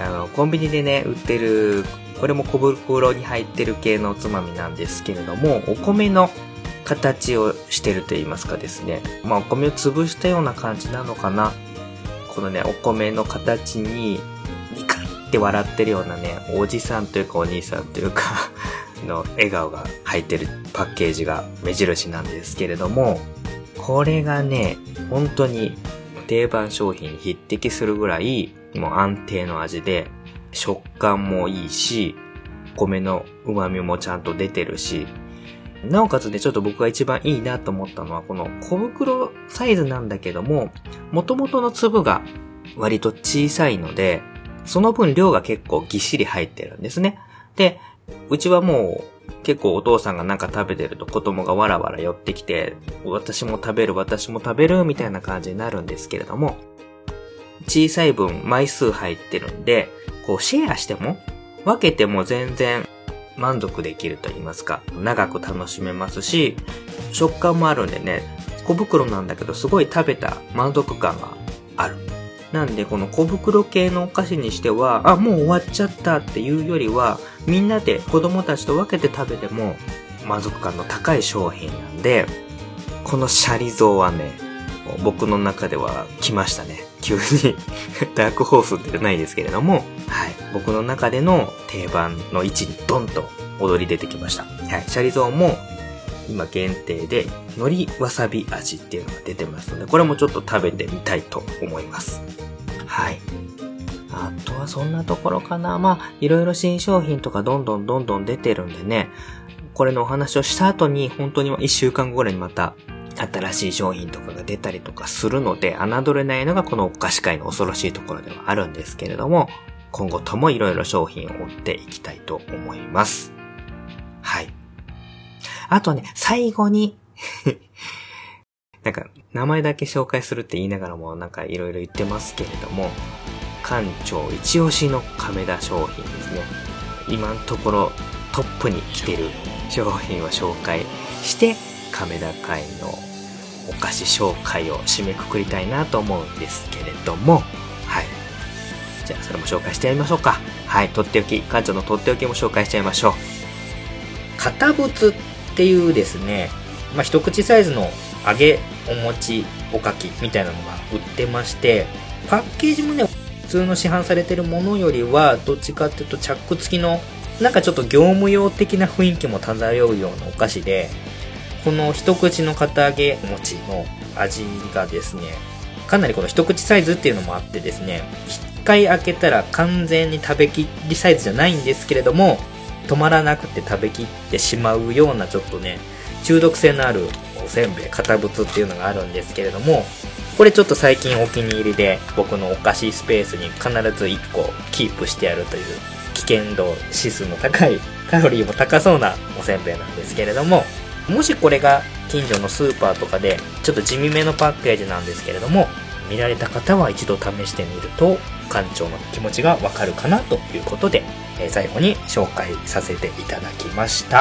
あの、コンビニでね、売ってる、これも小袋に入ってる系のおつまみなんですけれども、お米の形をしてると言いますかですね。まあ、お米を潰したような感じなのかな。このね、お米の形に、ニカって笑ってるようなね、おじさんというかお兄さんというか、の笑顔が入ってるパッケージが目印なんですけれども、これがね、本当に定番商品に匹敵するぐらい、もう安定の味で、食感もいいし、米の旨味もちゃんと出てるし、なおかつね、ちょっと僕が一番いいなと思ったのは、この小袋サイズなんだけども、元々の粒が割と小さいので、その分量が結構ぎっしり入ってるんですね。で、うちはもう結構お父さんがなんか食べてると子供がわらわら寄ってきて、私も食べる私も食べるみたいな感じになるんですけれども、小さい分枚数入ってるんで、こうシェアしても分けても全然満足できると言いますか、長く楽しめますし、食感もあるんでね、小袋なんだけどすごい食べた満足感がある。なんでこの小袋系のお菓子にしては、あ、もう終わっちゃったっていうよりは、みんなで子供たちと分けて食べても満足感の高い商品なんで、このシャリゾーはね、僕の中では来ましたね。急にダークホースってないですけれども、はい、僕の中での定番の位置にドンと踊り出てきました。はい、シャリゾーも今限定で海苔わさび味っていうのが出てますので、これもちょっと食べてみたいと思います。はい。あとはそんなところかな。まあ、いろいろ新商品とかどんどんどんどん出てるんでね、これのお話をした後に本当にいっしゅうかんごぐらいにまた新しい商品とかが出たりとかするので、侮れないのがこのお菓子界の恐ろしいところではあるんですけれども、今後ともいろいろ商品を追っていきたいと思います。はい。あとね、最後になんか名前だけ紹介するって言いながらもなんかいろいろ言ってますけれども、館長一押しの亀田商品ですね。今のところトップに来てる商品を紹介して、亀田会のお菓子紹介を締めくくりたいなと思うんですけれども、はい。じゃあそれも紹介してやりましょうか。はい、とっておき、館長のとっておきも紹介しちゃいましょう。堅物っていうですね、まあ、一口サイズの揚げお餅おかきみたいなのが売ってまして、パッケージもね、普通の市販されてるものよりはどっちかっていうとチャック付きのなんかちょっと業務用的な雰囲気も漂うようなお菓子で、この一口の堅揚げ餅の味がですね、かなりこの一口サイズっていうのもあってですね、一回開けたら完全に食べきりサイズじゃないんですけれども、止まらなくて食べきってしまうようなちょっとね、中毒性のあるおせんべい堅物っていうのがあるんですけれども、これちょっと最近お気に入りで、僕のお菓子スペースに必ずいっこキープしてやるという危険度指数の高い、カロリーも高そうなおせんべいなんですけれども、もしこれが近所のスーパーとかでちょっと地味めのパッケージなんですけれども、見られた方は一度試してみると館長の気持ちがわかるかなということで、えー、最後に紹介させていただきました。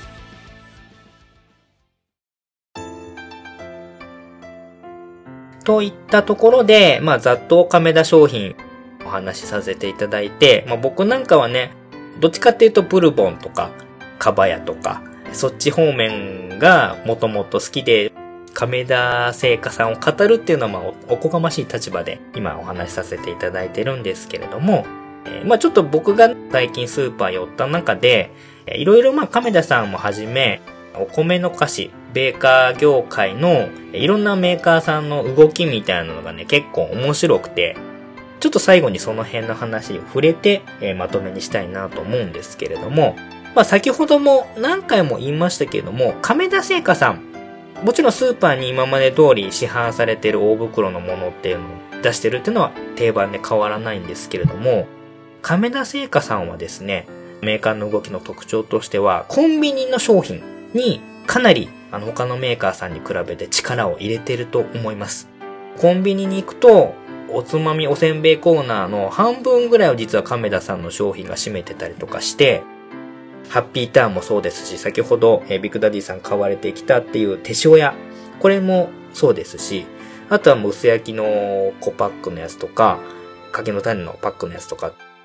といったところで、まあざっと亀田商品お話しさせていただいて、まあ僕なんかはね、どっちかっていうとブルボンとかかばやとかそっち方面がもともと好きで、亀田製菓さんを語るっていうのはまあ お, おこがましい立場で今お話しさせていただいてるんですけれども、えー、まあちょっと僕が最近スーパー寄った中で、いろいろまあ亀田さんもはじめ、お米の菓子、ベーカー業界のいろんなメーカーさんの動きみたいなのがね、結構面白くて、ちょっと最後にその辺の話を触れて、えー、まとめにしたいなと思うんですけれども、まあ先ほども何回も言いましたけれども、亀田製菓さん、もちろんスーパーに今まで通り市販されている大袋のものっていうのを出してるっていうのは定番で変わらないんですけれども、亀田製菓さんはですね、メーカーの動きの特徴としては、コンビニの商品にかなりあの他のメーカーさんに比べて力を入れてると思います。コンビニに行くと、おつまみおせんべいコーナーの半分ぐらいを実は亀田さんの商品が占めてたりとかして、ハッピーターンもそうですし、先ほどえビッグダディさん買われてきたっていう手塩屋、これもそうですし、あとはもう薄焼きの小パックのやつとか、柿の種のパックのやつとか、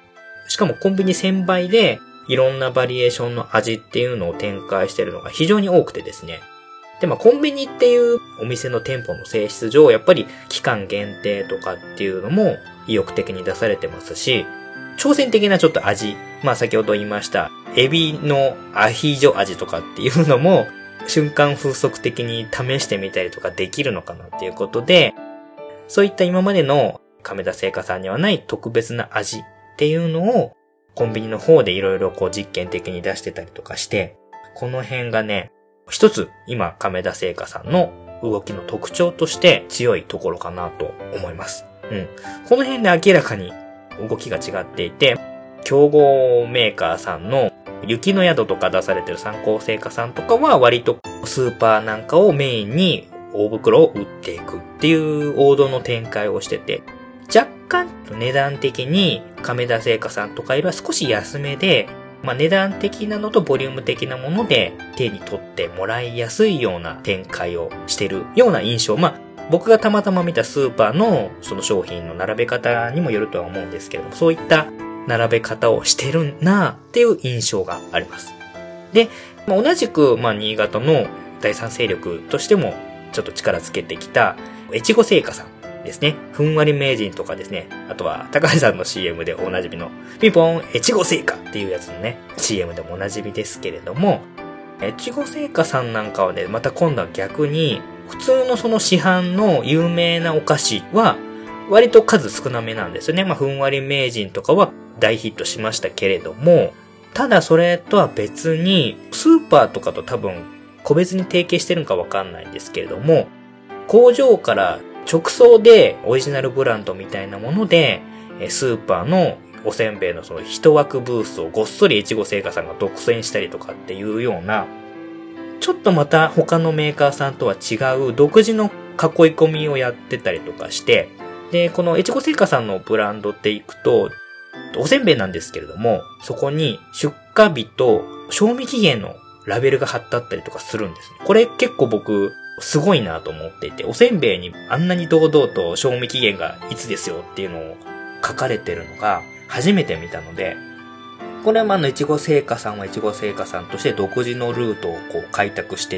しかもコンビニ専売でいろんなバリエーションの味っていうのを展開してるのが非常に多くてですね。で、まあコンビニっていうお店の店舗の性質上、やっぱり期間限定とかっていうのも意欲的に出されてますし、挑戦的なちょっと味、まあ先ほど言いました、エビのアヒージョ味とかっていうのも、瞬間風速的に試してみたりとかできるのかなっていうことで、そういった今までの亀田製菓さんにはない特別な味っていうのを、コンビニの方でいろいろこう実験的に出してたりとかして、この辺がね、一つ今亀田製菓さんの動きの特徴として強いところかなと思います。うん。この辺で明らかに動きが違っていて、競合メーカーさんの雪の宿とか出されてる三幸製菓さんとかは割とスーパーなんかをメインに大袋を売っていくっていう王道の展開をしてて、若干値段的に亀田製菓さんとかよりは少し安めで、まあ値段的なのとボリューム的なもので手に取ってもらいやすいような展開をしてるような印象。まあ僕がたまたま見たスーパーのその商品の並べ方にもよるとは思うんですけれども、そういった並べ方をしてるなっていう印象があります。で、まあ、同じくまあ新潟の第三勢力としてもちょっと力つけてきた越後製菓さんですね。ふんわり名人とかですね。あとは高橋さんの シーエム でおなじみのピンポン越後製菓っていうやつのね シーエム でもおなじみですけれども、越後製菓さんなんかはね、また今度は逆に普通のその市販の有名なお菓子は割と数少なめなんですよね。まあふんわり名人とかは大ヒットしましたけれども、ただそれとは別にスーパーとかと多分個別に提携してるのかわかんないんですけれども、工場から直送でオリジナルブランドみたいなものでスーパーのおせんべいのその一枠ブースをごっそり越後製菓さんが独占したりとかっていうような、ちょっとまた他のメーカーさんとは違う独自の囲い込みをやってたりとかして、で、この越後製菓さんのブランドっていくと、おせんべいなんですけれども、そこに出荷日と賞味期限のラベルが貼ってあったりとかするんですね。これ結構僕すごいなと思っていて、おせんべいにあんなに堂々と賞味期限がいつですよっていうのを書かれてるのが初めて見たので、これはまあの越後製菓さんは越後製菓さんとして独自のルートをこう開拓していって、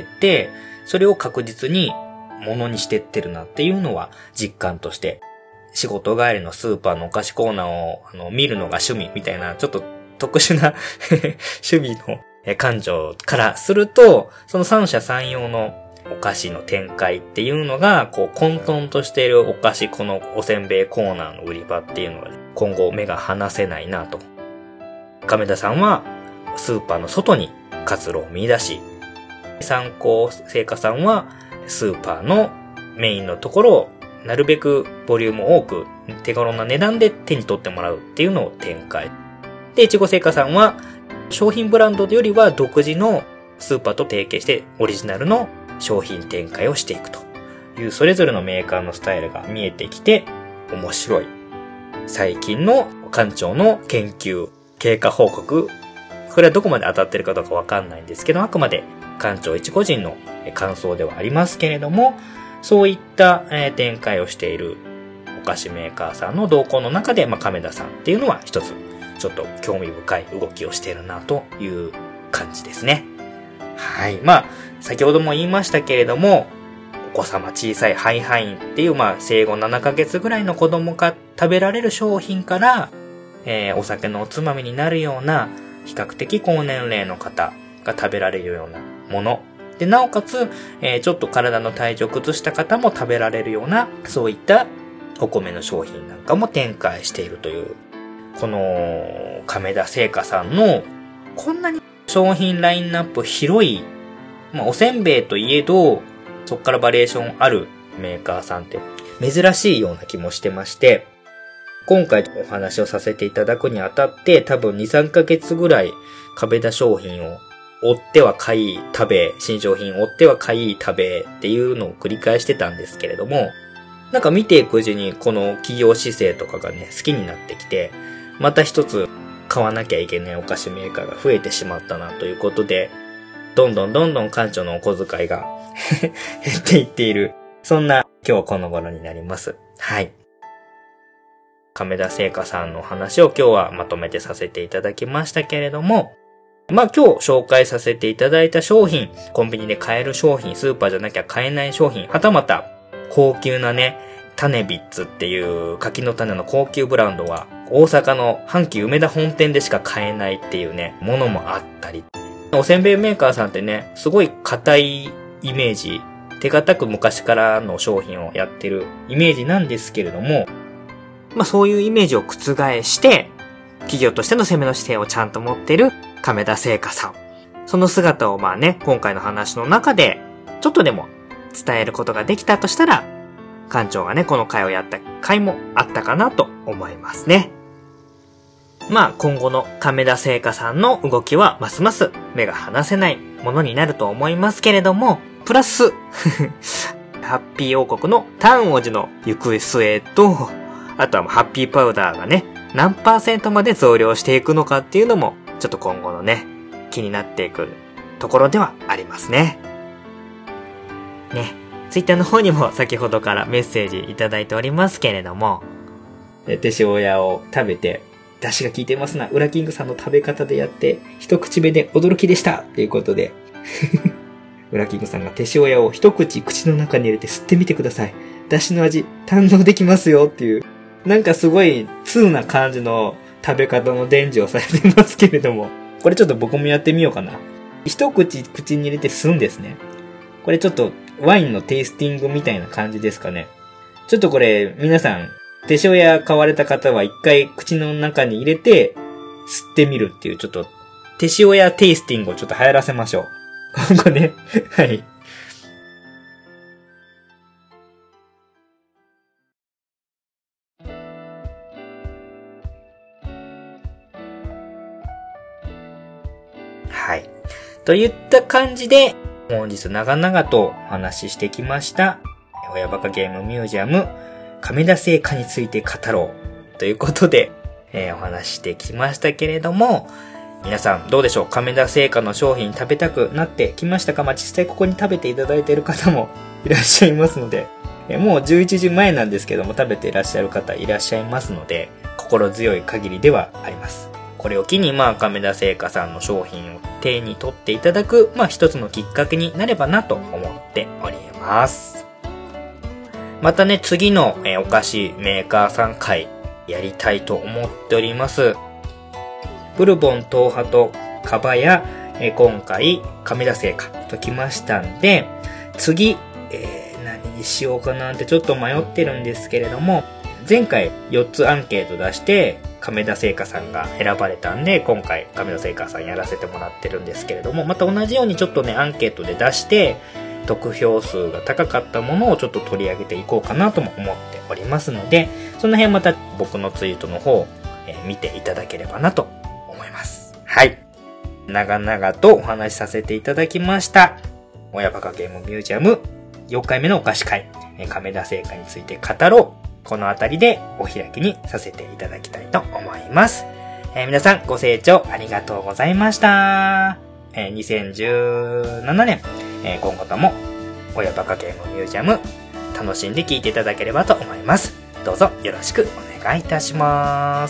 それを確実にものにしてってるなっていうのは実感として、仕事帰りのスーパーのお菓子コーナーをあの見るのが趣味みたいなちょっと特殊な趣味の感情からすると、その三者三様のお菓子の展開っていうのがこう混沌としているお菓子、このおせんべいコーナーの売り場っていうのが、ね、今後目が離せないなと。亀田さんはスーパーの外に活路を見出し、三幸製菓さんはスーパーのメインのところをなるべくボリューム多く手頃な値段で手に取ってもらうっていうのを展開。で、越後製菓さんは商品ブランドよりは独自のスーパーと提携してオリジナルの商品展開をしていくというそれぞれのメーカーのスタイルが見えてきて面白い。最近の館長の研究、経過報告、これはどこまで当たってるかどうかわかんないんですけど、あくまで館長一個人の感想ではありますけれども、そういった展開をしているお菓子メーカーさんの動向の中で、まあ、亀田さんっていうのは一つちょっと興味深い動きをしているなという感じですね。はい。まあ、先ほども言いましたけれども、お子様小さいハイハインっていう、まあ、生後ななかげつぐらいの子供が食べられる商品から、えー、お酒のおつまみになるような、比較的高年齢の方が食べられるようなもの。で、なおかつ、えー、ちょっと体の体調を崩した方も食べられるような、そういったお米の商品なんかも展開しているという、この亀田製菓さんのこんなに商品ラインナップ広い、まあ、おせんべいといえどそこからバリエーションあるメーカーさんって珍しいような気もしてまして、今回お話をさせていただくにあたって多分 にさんかげつぐらい亀田商品を追っては買い食べ、新商品追っては買い食べっていうのを繰り返してたんですけれども、なんか見ていくうちにこの企業姿勢とかがね好きになってきて、また一つ買わなきゃいけないお菓子メーカーが増えてしまったなということで、どんどんどんどん館長のお小遣いが減っていっている、そんな今日この頃になります。はい。 亀田製菓さんの話を今日はまとめてさせていただきましたけれども、まあ今日紹介させていただいた商品、コンビニで買える商品、スーパーじゃなきゃ買えない商品、はたまた高級なね、種ビッツっていう柿の種の高級ブランドは大阪の阪急梅田本店でしか買えないっていうね、ものもあったり。おせんべいメーカーさんってね、すごい硬いイメージ、手堅く昔からの商品をやってるイメージなんですけれども、 まあそういうイメージを覆して、企業としての攻めの姿勢をちゃんと持ってる亀田製菓さん。その姿をまあね、今回の話の中で、ちょっとでも伝えることができたとしたら、館長がね、この回をやった回もあったかなと思いますね。まあ今後の亀田製菓さんの動きはますます目が離せないものになると思いますけれども、プラス、ハッピー王国の丹王寺の行く末と、あとはハッピーパウダーがね、何パーセントまで増量していくのかっていうのも、ちょっと今後のね、気になっていくところではありますね。ね、ツイッターの方にも先ほどからメッセージいただいておりますけれども、 手塩屋を食べて、出汁が効いてますな、ウラキングさんの食べ方でやって、一口目で驚きでしたっていうことで、ウラキングさんが手塩屋を一口口の中に入れて吸ってみてください。出汁の味堪能できますよっていう、なんかすごい通な感じの食べ方の伝授をされてますけれども、これちょっと僕もやってみようかな。一口口に入れて吸うんですね。これちょっとワインのテイスティングみたいな感じですかね。ちょっとこれ皆さん手塩屋買われた方は一回口の中に入れて吸ってみるっていうちょっと手塩屋テイスティングをちょっと流行らせましょう。ここね。はい。はい。といった感じで、本日長々とお話ししてきました、親バカゲームミュージアム、亀田製菓について語ろう。ということで、えー、お話ししてきましたけれども、皆さんどうでしょう？亀田製菓の商品食べたくなってきましたか？まあ、実際ここに食べていただいている方もいらっしゃいますので、えー、もうじゅういちじまえなんですけども、食べていらっしゃる方いらっしゃいますので、心強い限りではあります。これを機に、まあ、亀田製菓さんの商品を手に取っていただく、まあ、一つのきっかけになればなと思っております。またね、次の、えー、お菓子メーカーさん会やりたいと思っております。ブルボン東派とカバや、えー、今回亀田製菓ときましたんで、次、えー、何にしようかなってちょっと迷ってるんですけれども、前回よっつアンケート出して亀田製菓さんが選ばれたんで、今回亀田製菓さんやらせてもらってるんですけれども、また同じようにちょっとねアンケートで出して得票数が高かったものをちょっと取り上げていこうかなとも思っておりますので、その辺また僕のツイートの方、えー、見ていただければなと思います。はい。長々とお話しさせていただきました。親バカゲームミュージアムよっかいめのお菓子会、亀田製菓について語ろう。このあたりでお開きにさせていただきたいと思います。えー、皆さんご清聴ありがとうございました。えー、にせんじゅうななねん、えー、今後とも親バカゲームミュージアム楽しんで聞いていただければと思います。どうぞよろしくお願いいたします。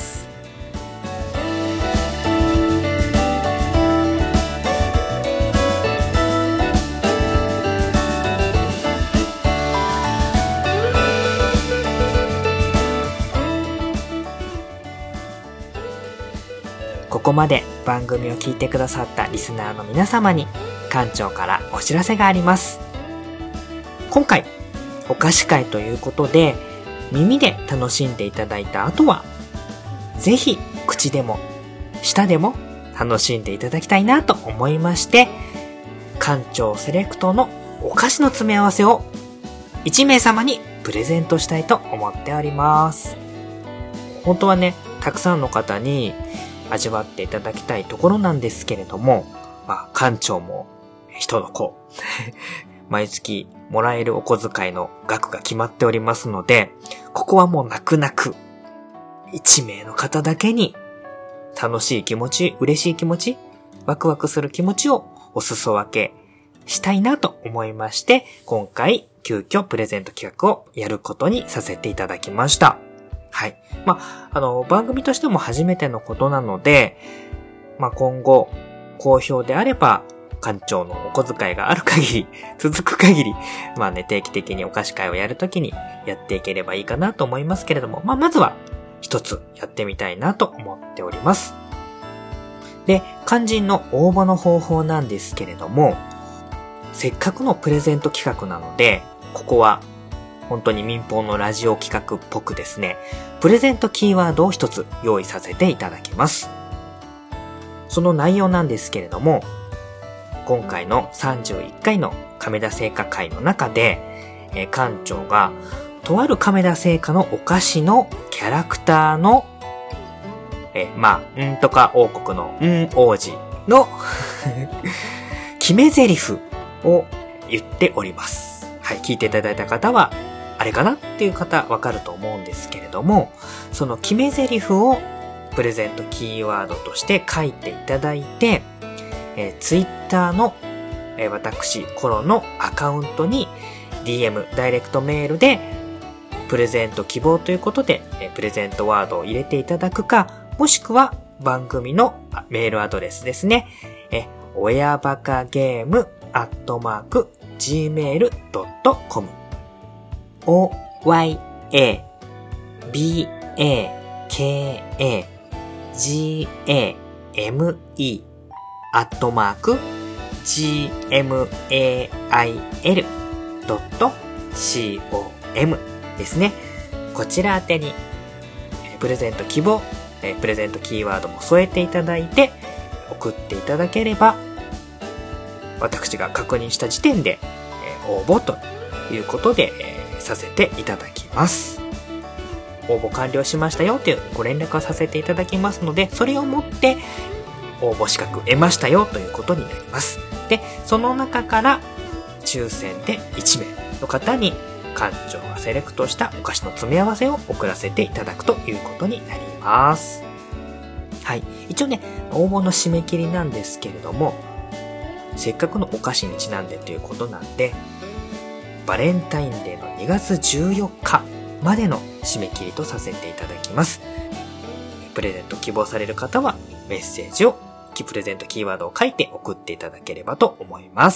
ここまで番組を聞いてくださったリスナーの皆様に館長からお知らせがあります。今回お菓子会ということで耳で楽しんでいただいた後はぜひ口でも舌でも楽しんでいただきたいなと思いまして、館長セレクトのお菓子の詰め合わせをいちめい様にプレゼントしたいと思っております。本当はね、たくさんの方に味わっていただきたいところなんですけれども、まあ、館長も人の子毎月もらえるお小遣いの額が決まっておりますので、ここはもう泣く泣くいちめいの方だけに楽しい気持ち、嬉しい気持ち、ワクワクする気持ちをお裾分けしたいなと思いまして、今回急遽プレゼント企画をやることにさせていただきました。 はい。まあ、あの、番組としても初めてのことなので、まあ、今後、好評であれば、館長のお小遣いがある限り、続く限り、まあね、定期的にお菓子会をやるときにやっていければいいかなと思いますけれども、まあ、まずは一つやってみたいなと思っております。で、肝心の応募の方法なんですけれども、せっかくのプレゼント企画なので、ここは本当に民放のラジオ企画っぽくですね、プレゼントキーワードを一つ用意させていただきます。その内容なんですけれども、今回のさんじゅういっかいの亀田製菓会の中で、えー、館長がとある亀田製菓のお菓子のキャラクターの、えー、まあ、んとか王国のん王子の決め台詞を言っております。はい、聞いていただいた方は、あれかなっていう方わかると思うんですけれども、その決め台詞をプレゼントキーワードとして書いていただいて、えー、ツイッターの、えー、私、コロのアカウントに ディーエム、ダイレクトメールで、プレゼント希望ということで、えー、プレゼントワードを入れていただくか、もしくは番組のメールアドレスですね。えー、親バカゲームアットマーク ジーメールドットコム オーワイエービーエーケーエージーエーエムイーアットマーク ジーエムエーアイエルドットコム ですね。こちら宛てにプレゼント希望、プレゼントキーワードも添えていただいて送っていただければ、私が確認した時点で応募ということでさせていただきます。応募完了しましたよというご連絡をさせていただきますので、それをもって応募資格得ましたよということになります。で、その中から抽選でいちめいの方に館長がセレクトしたお菓子の詰め合わせを送らせていただくということになります。はい。一応ね、応募の締め切りなんですけれども、せっかくのお菓子にちなんでということなんで、バレンタインデーのにがつじゅうよっかまでの締め切りとさせていただきます。プレゼント希望される方はメッセージを、プレゼントキーワードを書いて送っていただければと思います。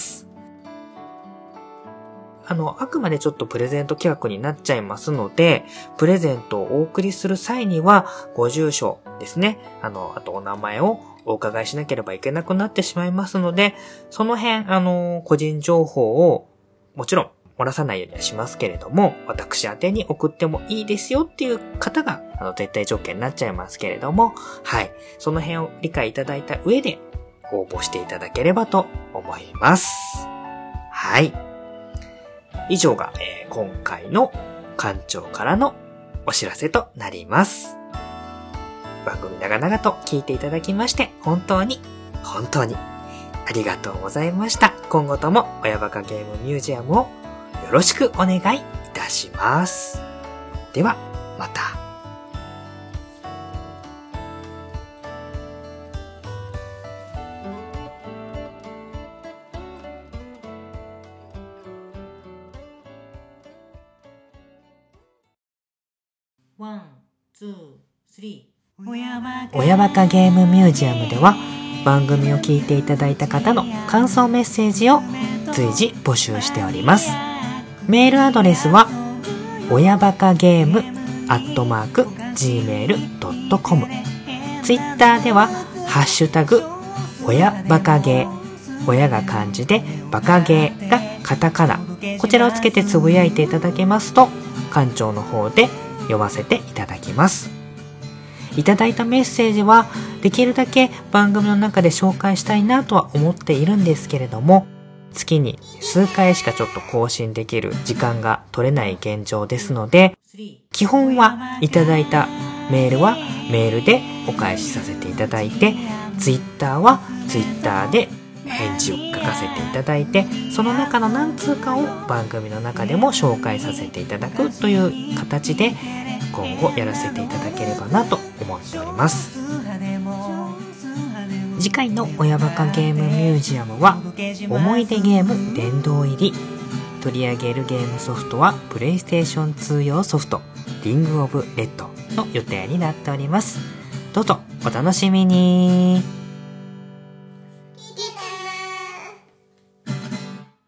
あの、あくまでちょっとプレゼント企画になっちゃいますので、プレゼントをお送りする際には、ご住所ですね。あの、あとお名前をお伺いしなければいけなくなってしまいますので、その辺、あの、個人情報をもちろん漏らさないようにはしますけれども、私宛てに送ってもいいですよっていう方が、あの、絶対条件になっちゃいますけれども、はい。その辺を理解いただいた上で、応募していただければと思います。はい。以上が、えー、今回の館長からのお知らせとなります。番組長々と聞いていただきまして、本当に、本当に、ありがとうございました。今後とも、親バカゲームミュージアムをよろしくお願いいたします。では、また。 ワン、ツー、スリー。 親バカゲームミュージアムでは、番組を聞いていただいた方の感想メッセージを随時募集しております。メールアドレスは親バカゲームアットマーク ジーメールドットコム、 ツイッターではハッシュタグ親バカゲー、親が漢字でバカゲーがカタカナ、こちらをつけてつぶやいていただけますと、館長の方で読ませていただきます。いただいたメッセージはできるだけ番組の中で紹介したいなとは思っているんですけれども、月に数回しかちょっと更新できる時間が取れない現状ですので、基本はいただいたメールはメールでお返しさせていただいて、ツイッターはツイッターで返事を書かせていただいて、その中の何通かを番組の中でも紹介させていただくという形で今後やらせていただければなと思っております。次回の親バカゲームミュージアムは思い出ゲーム殿堂入り取り上げるゲームソフトはプレイステーションツー用ソフトリングオブレッドの予定になっております。どうぞお楽しみに。